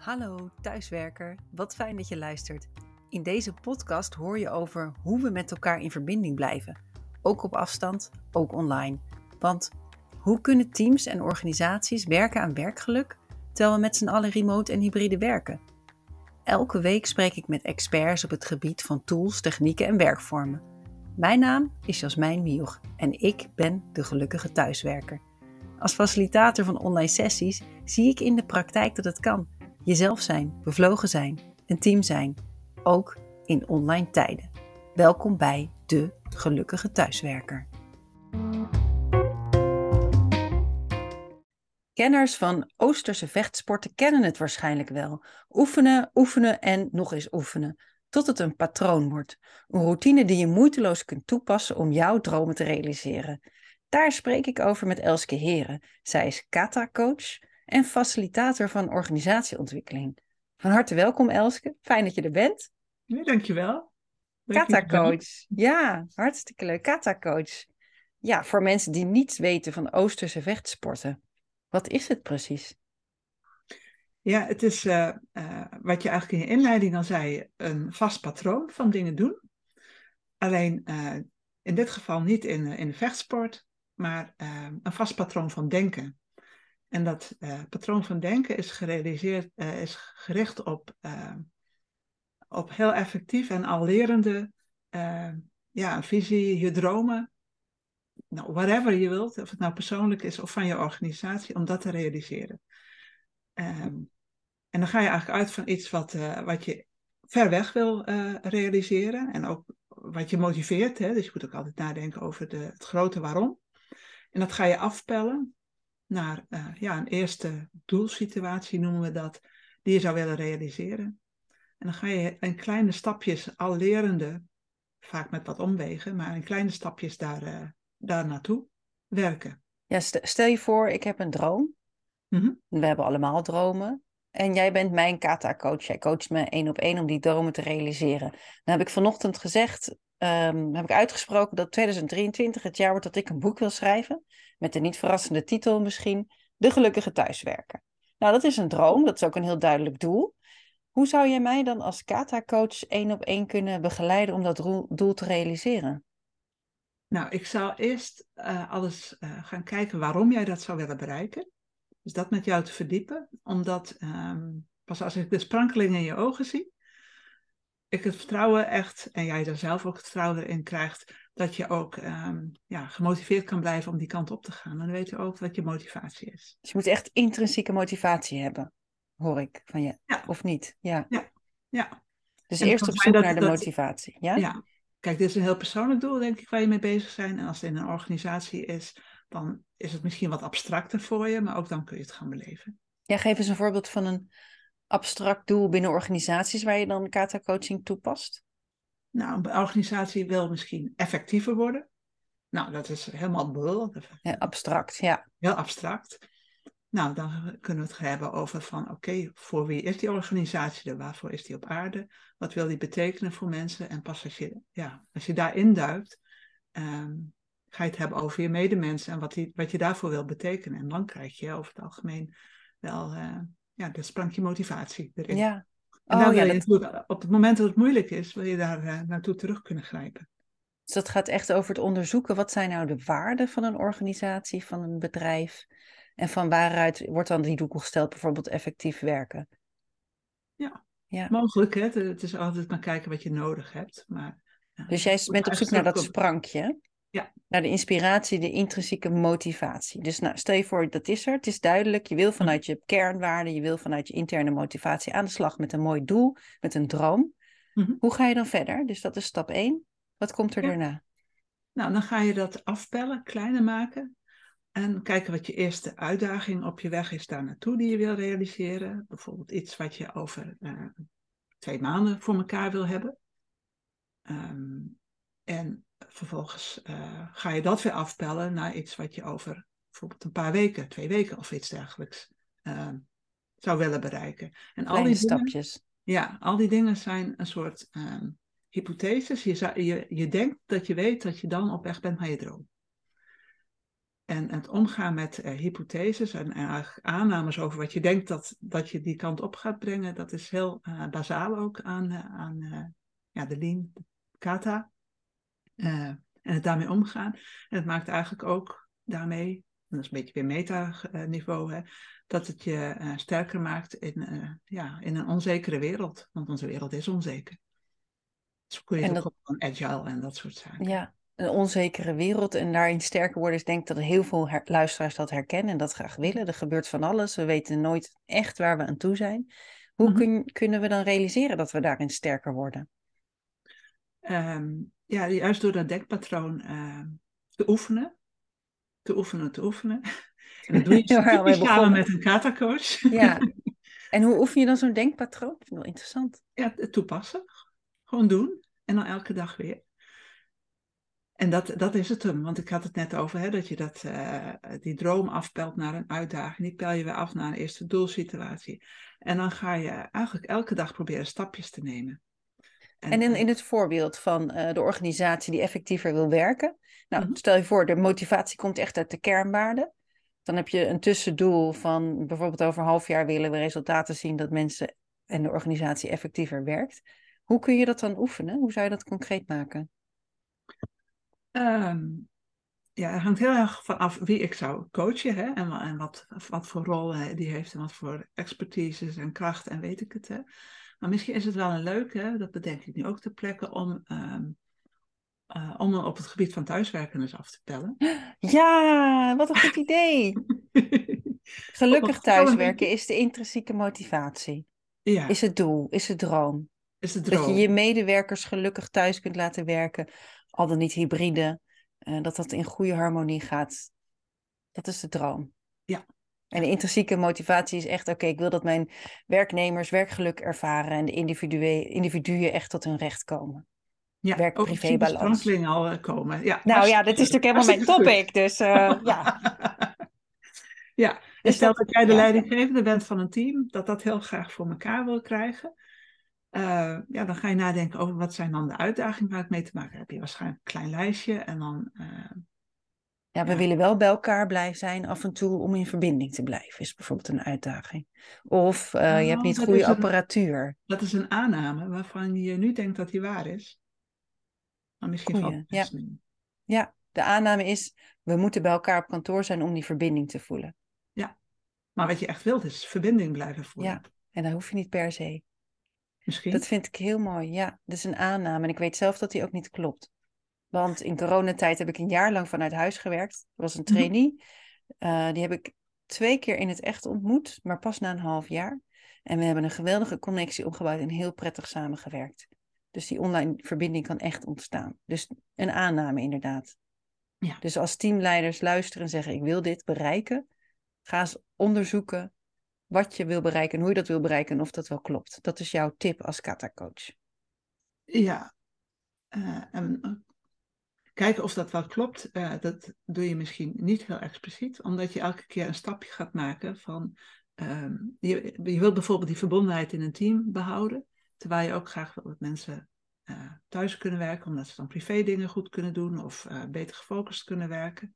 Hallo thuiswerker, wat fijn dat je luistert. In deze podcast hoor je over hoe we met elkaar in verbinding blijven. Ook op afstand, ook online. Want hoe kunnen teams en organisaties werken aan werkgeluk, terwijl we met z'n allen remote en hybride werken? Elke week spreek ik met experts op het gebied van tools, technieken en werkvormen. Mijn naam is Jasmijn Mioch en ik ben de gelukkige thuiswerker. Als facilitator van online sessies zie ik in de praktijk dat het kan. Jezelf zijn, bevlogen zijn, een team zijn, ook in online tijden. Welkom bij de gelukkige thuiswerker. Kenners van Oosterse vechtsporten kennen het waarschijnlijk wel. Oefenen, oefenen en nog eens oefenen, tot het een patroon wordt. Een routine die je moeiteloos kunt toepassen om jouw dromen te realiseren. Daar spreek ik over met Elske Heren. Zij is kata-coach en facilitator van organisatieontwikkeling. Van harte welkom Elske, fijn dat je er bent. Nee, dankjewel. Kata-coach, ja, hartstikke leuk. Kata-coach. Ja, voor mensen die niets weten van Oosterse vechtsporten. Wat is het precies? Ja, het is wat je eigenlijk in je inleiding al zei, een vast patroon van dingen doen. Alleen in dit geval niet in de vechtsport, maar een vast patroon van denken. En dat patroon van denken is is gericht op heel effectief en al lerende een visie, je dromen, nou, whatever je wilt, of het nou persoonlijk is of van je organisatie, om dat te realiseren. En dan ga je eigenlijk uit van iets wat je ver weg wil realiseren. En ook wat je motiveert. Hè? Dus je moet ook altijd nadenken over het grote waarom. En dat ga je afpellen naar een eerste doelsituatie, noemen we dat, die je zou willen realiseren. En dan ga je in kleine stapjes, al lerende, vaak met wat omwegen, maar in kleine stapjes daar naartoe werken. Ja, stel je voor, ik heb een droom. Mm-hmm. We hebben allemaal dromen. En jij bent mijn kata-coach. Jij coacht me 1-op-1 om die dromen te realiseren. Dan heb ik vanochtend gezegd, heb ik uitgesproken dat 2023 het jaar wordt dat ik een boek wil schrijven. Met de niet verrassende titel misschien, De Gelukkige Thuiswerker. Nou, dat is een droom. Dat is ook een heel duidelijk doel. Hoe zou jij mij dan als kata-coach 1-op-1 kunnen begeleiden om dat doel te realiseren? Nou, ik zou eerst alles gaan kijken waarom jij dat zou willen bereiken. Dus dat met jou te verdiepen, omdat pas als ik de sprankeling in je ogen zie, ik het vertrouwen echt, en jij daar zelf ook het vertrouwen erin krijgt, dat je ook gemotiveerd kan blijven om die kant op te gaan. En dan weet je ook wat je motivatie is. Dus je moet echt intrinsieke motivatie hebben, hoor ik van je. Ja, Of niet? Ja. ja. Dus En het eerst kan op zijn zoek naar de motivatie, ja? Ja, kijk, dit is een heel persoonlijk doel, denk ik, waar je mee bezig bent. En als het in een organisatie is, dan is het misschien wat abstracter voor je, maar ook dan kun je het gaan beleven. Ja, geef eens een voorbeeld van een abstract doel binnen organisaties waar je dan kata-coaching toepast. Nou, een organisatie wil misschien effectiever worden. Nou, dat is helemaal Ja, abstract, ja. heel abstract. Nou, dan kunnen we het hebben over van oké, voor wie is die organisatie er? Waarvoor is die op aarde? Wat wil die betekenen voor mensen? En pas als je daarin duikt, ga je het hebben over je medemensen en wat je daarvoor wil betekenen. En dan krijg je over het algemeen wel dat sprankje motivatie erin. Ja. En daar wil je dat... natuurlijk, op het moment dat het moeilijk is, wil je daar naartoe terug kunnen grijpen. Dus dat gaat echt over het onderzoeken. Wat zijn nou de waarden van een organisatie, van een bedrijf? En van waaruit wordt dan die doel gesteld, bijvoorbeeld effectief werken? Ja, mogelijk. Hè? Het is altijd maar kijken wat je nodig hebt. Maar, Dus jij bent op zoek naar dat sprankje? Ja. Naar de inspiratie, de intrinsieke motivatie. Dus nou, stel je voor, dat is er. Het is duidelijk. Je wil vanuit je kernwaarden, je wil vanuit je interne motivatie aan de slag met een mooi doel, met een droom. Mm-hmm. Hoe ga je dan verder? Dus dat is stap 1. Wat komt er daarna? Nou, dan ga je dat afpellen, kleiner maken. En kijken wat je eerste uitdaging op je weg is daar naartoe die je wil realiseren. Bijvoorbeeld iets wat je over 2 maanden voor elkaar wil hebben. En vervolgens ga je dat weer afpellen naar iets wat je over bijvoorbeeld een paar weken, 2 weken of iets dergelijks zou willen bereiken. En Kleine stapjes. Ja, al die dingen zijn een soort hypotheses. Je denkt dat je weet dat je dan op weg bent naar je droom. En het omgaan met hypotheses en eigenlijk aannames over wat je denkt dat je die kant op gaat brengen, dat is heel basaal ook aan de Lean, de Kata. En het daarmee omgaan. En het maakt eigenlijk ook daarmee, en dat is een beetje weer meta-niveau, dat het je sterker maakt in een onzekere wereld. Want onze wereld is onzeker. Dus kun je En het ook dat, koppelen aan agile en dat soort zaken. ja, een onzekere wereld en daarin sterker worden. Dus ik denk dat heel veel luisteraars dat herkennen en dat graag willen. Er gebeurt van alles. We weten nooit echt waar we aan toe zijn. Hoe Mhm. kunnen we dan realiseren dat we daarin sterker worden? Ja, juist door dat denkpatroon te oefenen. Te oefenen, te oefenen. En dat doe je Waar we mee typisch samen begonnen. met een kata-coach. Ja, en hoe oefen je dan zo'n denkpatroon? Ik vind het wel interessant. Ja, het toepassen. Gewoon doen. En dan elke dag weer. En dat is het hem. Want ik had het net over dat je die droom afpelt naar een uitdaging. Die pel je weer af naar een eerste doelsituatie. En dan ga je eigenlijk elke dag proberen stapjes te nemen. En in En, het voorbeeld van de organisatie die effectiever wil werken. Nou, mhm. stel je voor, de motivatie komt echt uit de kernwaarden. Dan heb je een tussendoel van bijvoorbeeld over een half jaar willen we resultaten zien dat mensen en de organisatie effectiever werkt. Hoe kun je dat dan oefenen? Hoe zou je dat concreet maken? Ehm, ja, het hangt heel erg vanaf wie ik zou coachen. En wat voor rol die heeft en wat voor expertises en kracht en weet ik het. Maar misschien is het wel een leuke, dat bedenk ik nu ook ter plekke, om op het gebied van thuiswerken eens af te pellen. Ja, wat een goed idee. Op wat Gelukkig verschillende. thuiswerken is de intrinsieke motivatie. Is Ja, het doel, is de droom. is de Dat je je droom. medewerkers gelukkig thuis kunt laten werken, al dan niet hybride, dat dat in goede harmonie gaat. Dat is de droom. Ja, En de ja. intrinsieke motivatie is echt, oké, ik wil dat mijn werknemers werkgeluk ervaren en de individuen echt tot hun recht komen. Ja, ook ik zie de Werk-privé-balans. sprankeling al komen. Ja, Nou ja, dit is hartstikke, natuurlijk helemaal mijn hartstikke goed. topic, dus ja. Ja, en Dus stel dat, dat jij de ja. leidinggevende bent van een team, dat heel graag voor elkaar wil krijgen. Ja, dan ga je nadenken over wat zijn dan de uitdagingen waar ik mee te maken heb. Je waarschijnlijk een klein lijstje en dan, Ja, we ja, willen wel bij elkaar blijven zijn af en toe om in verbinding te blijven, is bijvoorbeeld een uitdaging. Of je hebt nou, niet goede apparatuur. dat is een aanname waarvan je nu denkt dat die waar is. Maar misschien valt Goeie, het ja. best mee. Ja, de aanname is, we moeten bij elkaar op kantoor zijn om die verbinding te voelen. Ja, maar wat je echt wilt is verbinding blijven Ja, voelen. en dat hoef je niet per se. Dat Misschien. vind ik heel mooi, ja. Dat is een aanname en ik weet zelf dat die ook niet klopt. Want in coronatijd heb ik een jaar lang vanuit huis gewerkt. Dat was een Mhm. trainee. Die heb ik 2 keer in het echt ontmoet, maar pas na een half jaar. En we hebben een geweldige connectie opgebouwd en heel prettig samengewerkt. Dus die online verbinding kan echt ontstaan. Dus een aanname inderdaad. Ja, Dus als teamleiders luisteren en zeggen ik wil dit bereiken, ga eens onderzoeken wat je wil bereiken en hoe je dat wil bereiken en of dat wel klopt. Dat is jouw tip als kata-coach. ja. En kijken of dat wel klopt, dat doe je misschien niet heel expliciet, omdat je elke keer een stapje gaat maken van, je wilt bijvoorbeeld die verbondenheid in een team behouden, terwijl je ook graag wil dat mensen thuis kunnen werken, omdat ze dan privé dingen goed kunnen doen of beter gefocust kunnen werken.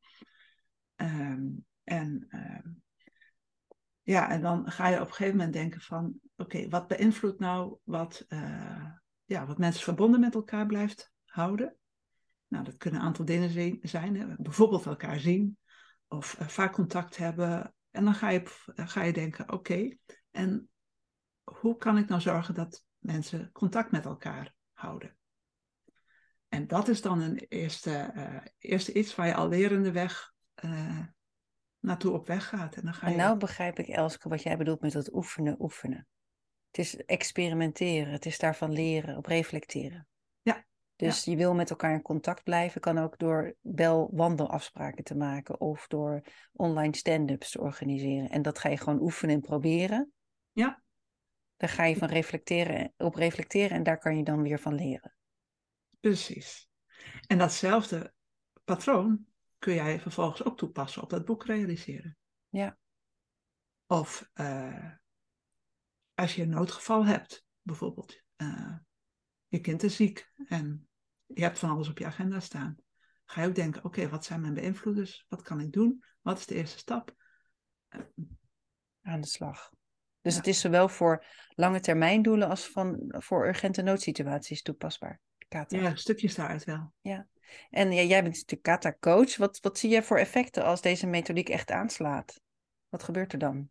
En ja, en dan ga je op een gegeven moment denken van, oké, wat beïnvloedt nou wat mensen verbonden met elkaar blijft houden? Nou, dat kunnen een aantal dingen zijn. Hè. Bijvoorbeeld elkaar zien of vaak contact hebben. En dan ga je denken, oké, en hoe kan ik nou zorgen dat mensen contact met elkaar houden? En dat is dan een eerste iets waar je al lerende weg naartoe op weg gaat. En dan ga En je, nou begrijp ik, Elske, wat jij bedoelt met dat oefenen, oefenen. Het is experimenteren, het is daarvan leren, op reflecteren. ja, Dus ja, je wil met elkaar in contact blijven, kan ook door wandelafspraken te maken of door online stand-ups te organiseren. En dat ga je gewoon oefenen en proberen. ja, Daar ga je van reflecteren en daar kan je dan weer van leren. precies. En datzelfde patroon kun jij vervolgens ook toepassen op dat boek realiseren. Ja, Of als je een noodgeval hebt, bijvoorbeeld. Je kind is ziek en je hebt van alles op je agenda staan. ga je ook denken, oké, wat zijn mijn beïnvloeders? Wat kan ik doen? Wat is de eerste stap? Aan de slag. Dus Ja. het is zowel voor lange termijn doelen als voor urgente noodsituaties toepasbaar. Kata. Ja, stukjes daaruit wel. Ja. En jij bent natuurlijk Kata-coach. Wat zie jij voor effecten als deze methodiek echt aanslaat? Wat gebeurt er dan?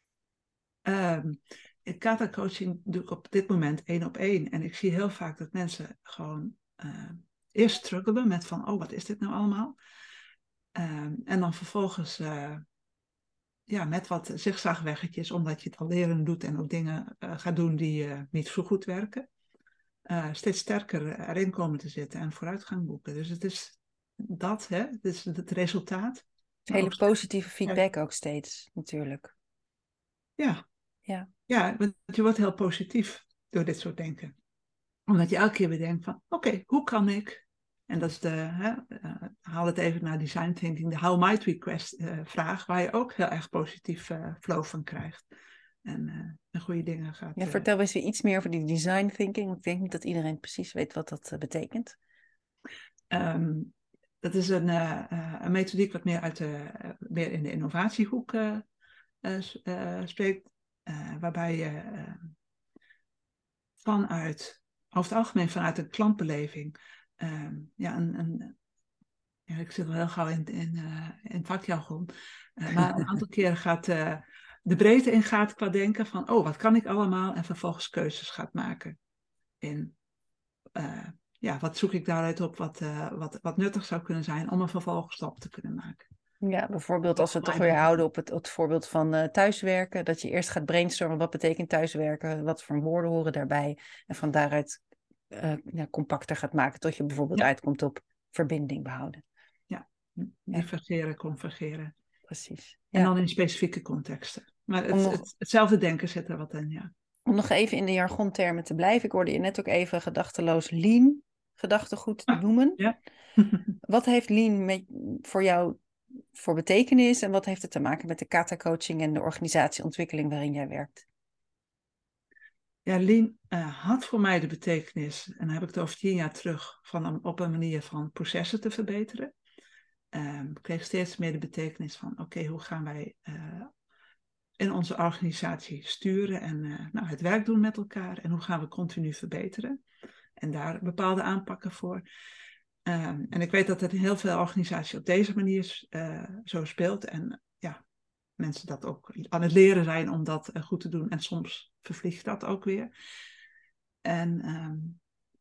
In Kata-coaching doe ik op dit moment 1-op-1. En ik zie heel vaak dat mensen gewoon eerst struggelen met van, oh, wat is dit nou allemaal? En dan vervolgens met wat zigzagweggetjes, omdat je het al leren doet en ook dingen gaat doen die niet zo goed werken. Steeds sterker erin komen te zitten en vooruitgang boeken. Dus het is dat, hè? Het is het resultaat. Maar Hele ook positieve feedback ook steeds, natuurlijk. ja. Ja. Ja, want je wordt heel positief door dit soort denken. Omdat je elke keer weer denkt van, oké, hoe kan ik? En dat is haal het even naar design thinking, de how might we vraag, waar je ook heel erg positief flow van krijgt. En goede dingen gaat. Ja, vertel eens weer iets meer over die design thinking. Want ik denk niet dat iedereen precies weet wat dat betekent. Dat is een methodiek wat meer in de innovatiehoek spreekt. Waarbij je over het algemeen vanuit een klantbeleving, ik zit wel heel gauw in vakjargon, maar een aantal keren gaat de breedte ingaat qua denken van, oh, wat kan ik allemaal? En vervolgens keuzes gaat maken in, wat zoek ik daaruit op wat nuttig zou kunnen zijn om een vervolgstap te kunnen maken. Ja, bijvoorbeeld als we het toch weer houden op het voorbeeld van thuiswerken. Dat je eerst gaat brainstormen, wat betekent thuiswerken? Wat voor woorden horen daarbij? En van daaruit compacter gaat maken tot je bijvoorbeeld uitkomt op verbinding behouden. Ja, divergeren, convergeren. Precies. En dan in specifieke contexten. Maar hetzelfde denken zit er wat in, ja. Om nog even in de jargontermen te blijven. Ik hoorde je net ook even gedachteloos lean, gedachtegoed noemen. Ja. Wat heeft lean voor jou voor betekenis en wat heeft het te maken met de kata-coaching en de organisatieontwikkeling waarin jij werkt? Ja, lean had voor mij de betekenis, en dan heb ik het over 10 jaar terug, op een manier van processen te verbeteren. Ik kreeg steeds meer de betekenis van, oké, hoe gaan wij in onze organisatie sturen en het werk doen met elkaar en hoe gaan we continu verbeteren. En daar bepaalde aanpakken voor. En ik weet dat het in heel veel organisaties op deze manier zo speelt. En mensen dat ook aan het leren zijn om dat goed te doen. En soms vervliegt dat ook weer. En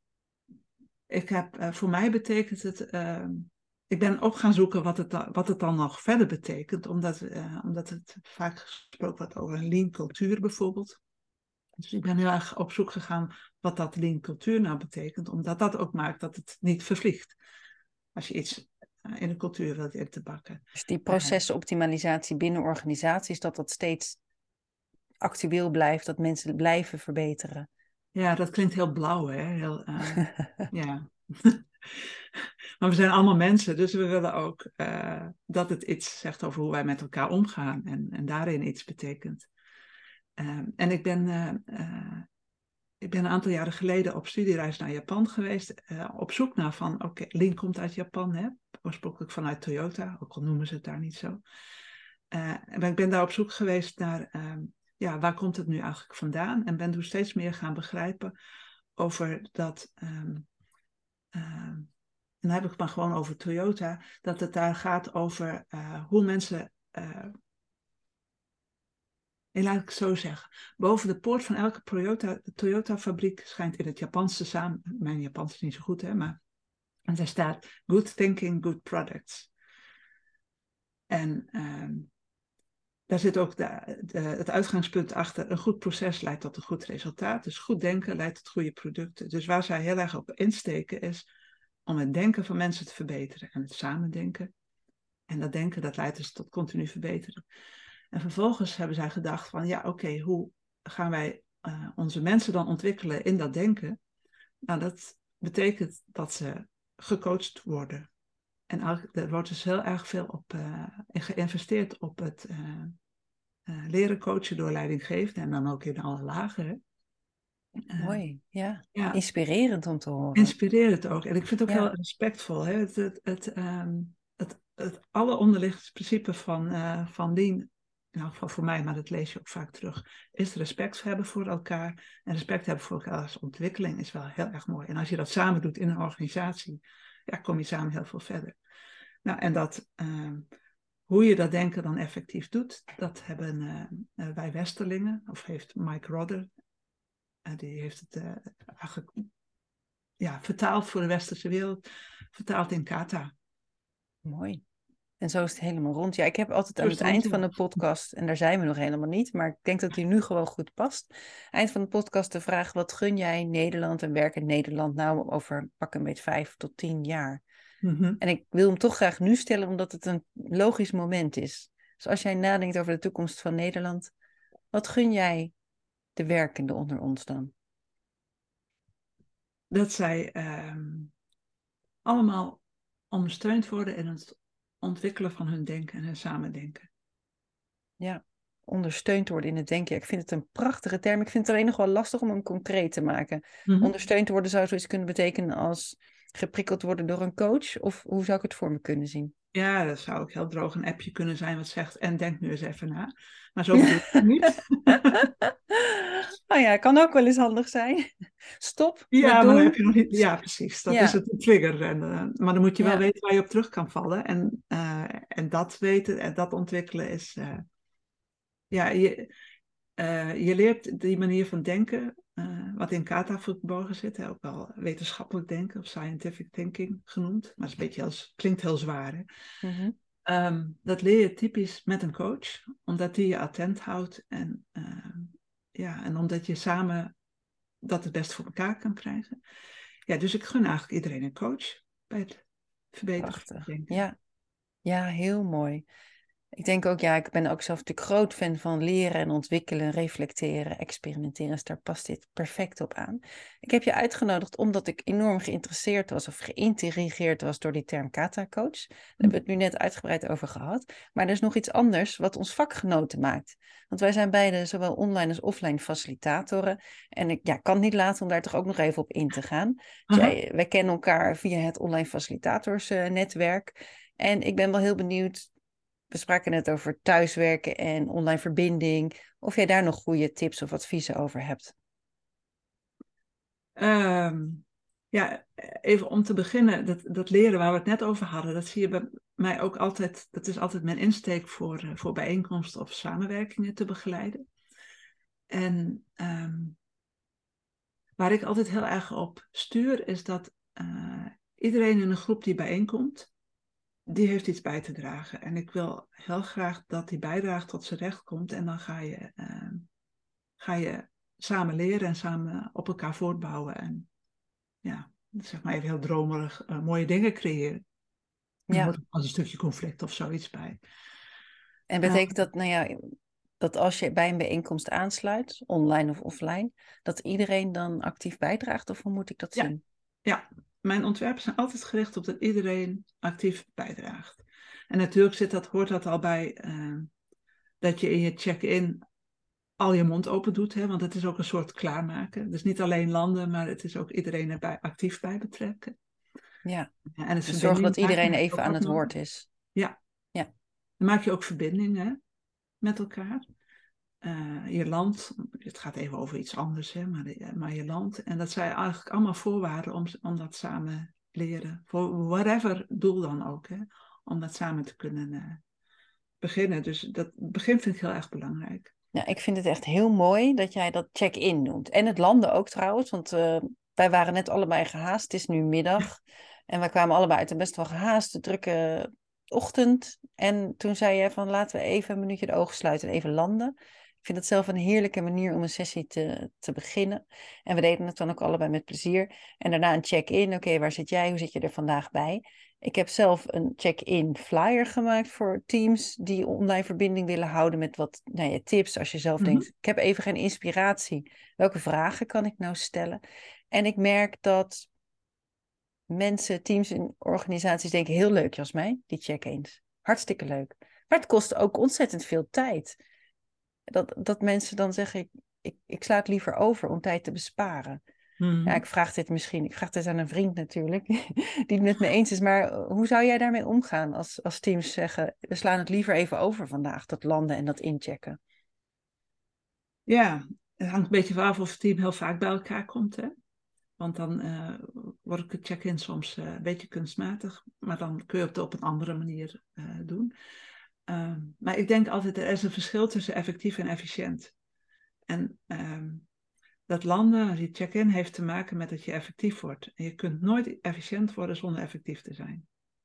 voor mij betekent het... ik ben ook gaan zoeken wat het dan nog verder betekent. Omdat het vaak gesproken wordt over een lean cultuur bijvoorbeeld. Dus ik ben heel erg op zoek gegaan wat dat lean cultuur nou betekent. Omdat dat ook maakt dat het niet vervliegt. Als je iets in de cultuur wilt in te bakken. Dus die procesoptimalisatie binnen organisaties, dat steeds actueel blijft, dat mensen blijven verbeteren. Ja, dat klinkt heel blauw, hè? Ja. Maar we zijn allemaal mensen, dus we willen ook dat het iets zegt over hoe wij met elkaar omgaan en daarin iets betekent. En ik ben een aantal jaren geleden op studiereis naar Japan geweest, op zoek naar oké, Lean komt uit Japan, hè? Oorspronkelijk vanuit Toyota, ook al noemen ze het daar niet zo. En ik ben daar op zoek geweest naar, waar komt het nu eigenlijk vandaan? En ben toen steeds meer gaan begrijpen over dat, en dan heb ik het maar gewoon over Toyota, dat het daar gaat over hoe mensen... En laat ik het zo zeggen. Boven de poort van elke Toyota-fabriek schijnt in het Japans te staan. Mijn Japans is niet zo goed, hè, maar. En daar staat: Good thinking, good products. En daar zit ook het uitgangspunt achter. Een goed proces leidt tot een goed resultaat. Dus goed denken leidt tot goede producten. Dus waar zij heel erg op insteken is om het denken van mensen te verbeteren. En het samendenken. En dat denken, dat leidt dus tot continu verbeteren. En vervolgens hebben zij gedacht van, oké, hoe gaan wij onze mensen dan ontwikkelen in dat denken? Nou, dat betekent dat ze gecoacht worden. En er wordt dus heel erg veel op geïnvesteerd op het leren coachen door leidinggevenden en dan ook in alle lagen. Mooi, ja. Ja, Inspirerend om te horen. inspireert het ook. En ik vind het ook Ja, heel respectvol. Hè? Het alleronderliggende principe van Lean, in elk geval voor mij, maar dat lees je ook vaak terug, is respect hebben voor elkaar. En respect hebben voor elkaar als ontwikkeling is wel heel erg mooi. En als je dat samen doet in een organisatie, ja, kom je samen heel veel verder. Nou, en hoe je dat denken dan effectief doet, dat hebben wij Westerlingen, of heeft Mike Rodder, die heeft het eigenlijk vertaald voor de westerse wereld, vertaald in kata. mooi. En zo is het helemaal rond. Ja, ik heb altijd Zo aan is het het rond, eind van ja. de podcast, en daar zijn we nog helemaal niet, maar ik denk dat die nu gewoon goed past. Eind van de podcast de vraag, wat gun jij Nederland en werk in Nederland nou over pak een beetje 5 tot 10 jaar? Mhm. En ik wil hem toch graag nu stellen, omdat het een logisch moment is. Dus als jij nadenkt over de toekomst van Nederland, wat gun jij de werkenden onder ons dan? Dat zij allemaal ondersteund worden in het ontwikkelen van hun denken en hun samendenken. Ja, ondersteund worden in het denken. Ja, ik vind het een prachtige term. Ik vind het alleen nog wel lastig om hem concreet te maken. Mhm. Ondersteund worden zou zoiets kunnen betekenen als geprikkeld worden door een coach. Of hoe zou ik het voor me kunnen zien? Ja, dat zou ook heel droog een appje kunnen zijn wat zegt, en denk nu eens even na. Maar zo bedoel ik het niet. Oh ja, kan ook wel eens handig zijn. Stop met Ja, maar dan heb doen. je nog niet. Ja, precies. Dat is Ja, het, een trigger. Maar dan moet je wel ja, weten waar je op terug kan vallen. En dat weten en dat ontwikkelen is. Ja, je leert die manier van denken, wat in kata verborgen zit, hè, ook wel wetenschappelijk denken of scientific thinking genoemd. Maar het is een beetje klinkt heel zwaar. Hè? mhm, Dat leer je typisch met een coach, omdat die je attent houdt en omdat je samen dat het best voor elkaar kan krijgen. Ja, dus ik gun eigenlijk iedereen een coach bij het verbeteren van het prachtig. denken. Ja, ja, heel mooi. Ik denk ook, ja, ik ben ook zelf natuurlijk groot fan van leren en ontwikkelen, reflecteren, experimenteren. Dus daar past dit perfect op aan. Ik heb je uitgenodigd omdat ik enorm geïnteresseerd was of geïntrigeerd was door die term kata-coach. Daar hebben we het nu net uitgebreid over gehad. Maar er is nog iets anders wat ons vakgenoten maakt. Want wij zijn beide zowel online als offline facilitatoren. En ik kan niet laten om daar toch ook nog even op in te gaan. Dus Aha. wij kennen elkaar via het online facilitatorsnetwerk. En ik ben wel heel benieuwd. We spraken net over thuiswerken en online verbinding. Of jij daar nog goede tips of adviezen over hebt. Ehm, ja, even om te beginnen, dat leren waar we het net over hadden, dat zie je bij mij ook altijd, dat is altijd mijn insteek voor bijeenkomsten of samenwerkingen te begeleiden. En waar ik altijd heel erg op stuur, is dat iedereen in een groep die bijeenkomt, die heeft iets bij te dragen. En ik wil heel graag dat die bijdrage tot zijn recht komt. En dan ga je samen leren en samen op elkaar voortbouwen. En ja, zeg maar even heel dromerig mooie dingen creëren. En er Ja, hoort ook als een stukje conflict of zoiets bij. en Uh, betekent dat, nou ja, dat als je bij een bijeenkomst aansluit, online of offline, dat iedereen dan actief bijdraagt? Of hoe moet ik dat ja, zien? ja, mijn ontwerpen zijn altijd gericht op dat iedereen actief bijdraagt. En natuurlijk hoort dat al bij dat je in je check-in al je mond open doet, hè, want het is ook een soort klaarmaken. Dus niet alleen landen, maar het is ook iedereen erbij actief bij betrekken. Ja, Ja, en het dus zorgen verbinding dat iedereen maken heb je even ook aan wat het nodig. woord is. Ja, Ja, dan maak je ook verbindingen met elkaar. Je land, het gaat even over iets anders, hè, maar je land. En dat zijn eigenlijk allemaal voorwaarden om dat samen leren. Voor whatever doel dan ook, hè, om dat samen te kunnen beginnen. Dus dat begin vind ik heel erg belangrijk. nou, ik vind het echt heel mooi dat jij dat check-in noemt. En het landen ook trouwens, want wij waren net allebei gehaast. Het is nu middag en wij kwamen allebei uit een best wel gehaaste, drukke ochtend. En toen zei jij van laten we even een minuutje de ogen sluiten en even landen. Ik vind het zelf een heerlijke manier om een sessie te beginnen. En we deden het dan ook allebei met plezier. En daarna een check-in. Oké, waar zit jij? Hoe zit je er vandaag bij? Ik heb zelf een check-in flyer gemaakt voor teams die online verbinding willen houden met wat tips. Als je zelf denkt, Mhm. ik heb even geen inspiratie. Welke vragen kan ik nou stellen? En ik merk dat mensen, teams en organisaties denken heel leuk, Jasmijn, die check-ins. Hartstikke leuk. Maar het kost ook ontzettend veel tijd. Dat mensen dan zeggen, ik sla het liever over om tijd te besparen. Mhm. Ja, ik vraag dit aan een vriend natuurlijk, die het met me eens is. Maar hoe zou jij daarmee omgaan als teams zeggen, we slaan het liever even over vandaag, dat landen en dat inchecken? Ja, het hangt een beetje vanaf of het team heel vaak bij elkaar komt, hè. Want dan wordt het check-in soms een beetje kunstmatig, maar dan kun je het op een andere manier doen. Maar ik denk altijd, er is een verschil tussen effectief en efficiënt. En dat landen, die check-in, heeft te maken met dat je effectief wordt. En je kunt nooit efficiënt worden zonder effectief te zijn.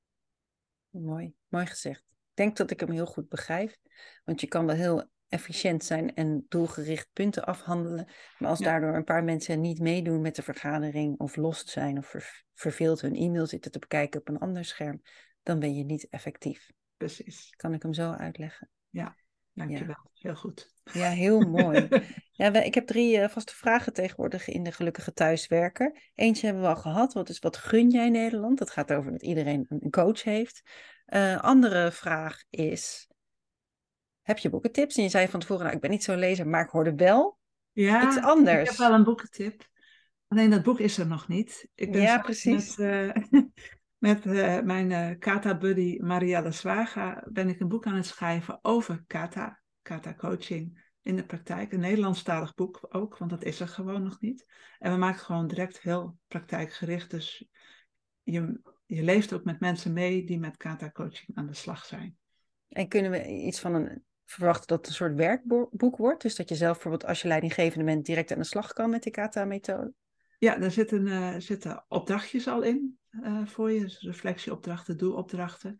Mooi gezegd. Ik denk dat ik hem heel goed begrijp. Want je kan wel heel efficiënt zijn en doelgericht punten afhandelen. Maar als Ja. daardoor een paar mensen niet meedoen met de vergadering of lost zijn of verveeld hun e-mail zitten te bekijken op een ander scherm, dan ben je niet effectief. Precies. Kan ik hem zo uitleggen? Ja, dankjewel. Ja. Heel goed. Ja, heel mooi. Ja, ik heb 3 vaste vragen tegenwoordig in de Gelukkige Thuiswerker. Eentje hebben we al gehad. Wat gun jij Nederland? Dat gaat over dat iedereen een coach heeft. Andere vraag is, heb je boekentips? En je zei van tevoren, nou, ik ben niet zo'n lezer, maar ik hoorde wel iets Ja, ik heb anders. wel een boekentip. Alleen dat boek is er nog niet. Ik ben Ja, samen precies. met mijn Kata-buddy Marielle Zwaga ben ik een boek aan het schrijven over Kata coaching in de praktijk. Een Nederlandstalig boek ook, want dat is er gewoon nog niet. En we maken gewoon direct heel praktijkgericht. Dus je leeft ook met mensen mee die met Kata coaching aan de slag zijn. En kunnen we iets van verwachten dat het een soort werkboek wordt? Dus dat je zelf bijvoorbeeld als je leidinggevende bent direct aan de slag kan met de Kata-methode? Ja, daar zitten opdrachtjes al in voor je. Dus reflectieopdrachten, doelopdrachten.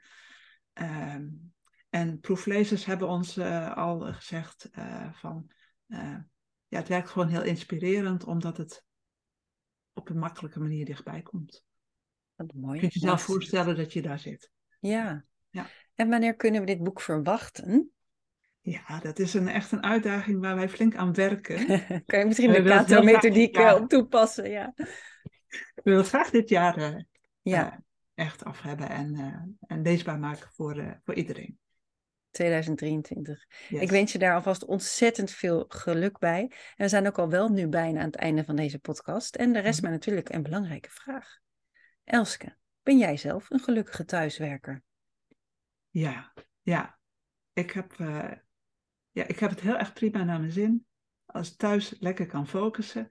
En proeflezers hebben ons al gezegd ja, het werkt gewoon heel inspirerend, omdat het op een makkelijke manier dichtbij komt. Wat Je mooi. kunt jezelf voorstellen dat je daar zit. Ja. Ja. En wanneer kunnen we dit boek verwachten? Ja, dat is echt een uitdaging waar wij flink aan werken. Kan je misschien We de willen het heel graag dit Kato-methodiek jaar- op toepassen? Ja. We willen het graag dit jaar Ja, echt af hebben en leesbaar maken voor iedereen. 2023. Yes. Ik wens je daar alvast ontzettend veel geluk bij. En we zijn ook al wel nu bijna aan het einde van deze podcast. En de rest mij natuurlijk een belangrijke vraag. Elske, ben jij zelf een gelukkige thuiswerker? Ja. Ik heb het heel erg prima naar mijn zin. Als ik thuis lekker kan focussen.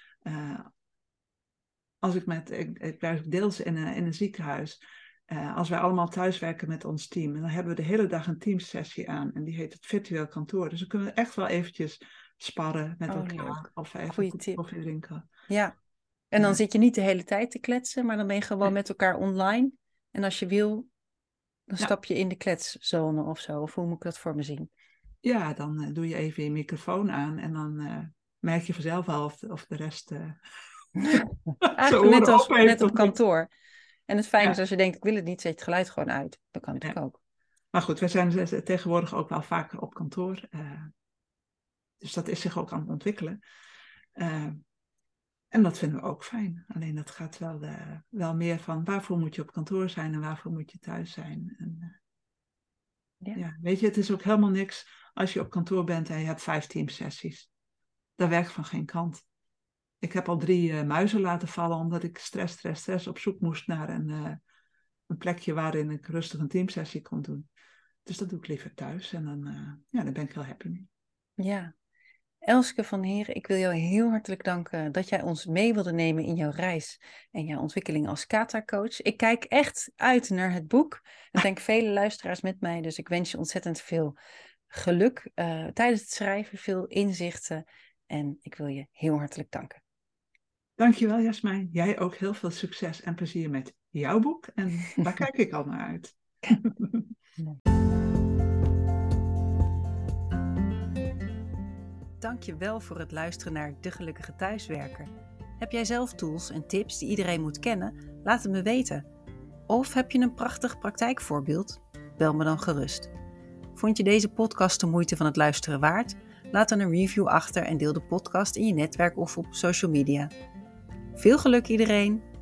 Als ik werk deels in een ziekenhuis. Als wij allemaal thuiswerken met ons team. En dan hebben we de hele dag een teamsessie aan. En die heet het virtueel kantoor. Dus dan kunnen we echt wel eventjes sparren met elkaar. Leuk. Of even Goeie een tip. koffie drinken. Ja. En dan Ja. zit je niet de hele tijd te kletsen, maar dan ben je gewoon met elkaar online. En als je wil, dan stap je in de kletszone of zo. Of hoe moet ik dat voor me zien? Ja, dan doe je even je microfoon aan. En dan merk je vanzelf al of de rest... Eigenlijk net op of niet. kantoor. En het fijne Ja. is als je denkt, ik wil het niet, zet je het geluid gewoon uit. Dat kan natuurlijk ook. Maar goed, we zijn tegenwoordig ook wel vaker op kantoor. Dus dat is zich ook aan het ontwikkelen. En dat vinden we ook fijn. Alleen dat gaat wel meer van waarvoor moet je op kantoor zijn en waarvoor moet je thuis zijn. En, ja, weet je, het is ook helemaal niks als je op kantoor bent en je hebt 5 teamsessies. Dat werkt van geen kant. Ik heb al 3 muizen laten vallen omdat ik stress op zoek moest naar een plekje waarin ik rustig een teamsessie kon doen. Dus dat doe ik liever thuis en dan ben ik heel happy mee. Ja. Elske van Heren, ik wil jou heel hartelijk danken dat jij ons mee wilde nemen in jouw reis en jouw ontwikkeling als Kata-coach. Ik kijk echt uit naar het boek. Er zijn vele luisteraars met mij, dus ik wens je ontzettend veel geluk tijdens het schrijven, veel inzichten en ik wil je heel hartelijk danken. Dankjewel Jasmijn. Jij ook heel veel succes en plezier met jouw boek en daar kijk ik al naar uit. Dank je wel voor het luisteren naar De Gelukkige Thuiswerker. Heb jij zelf tools en tips die iedereen moet kennen? Laat het me weten. Of heb je een prachtig praktijkvoorbeeld? Bel me dan gerust. Vond je deze podcast de moeite van het luisteren waard? Laat dan een review achter en deel de podcast in je netwerk of op social media. Veel geluk iedereen!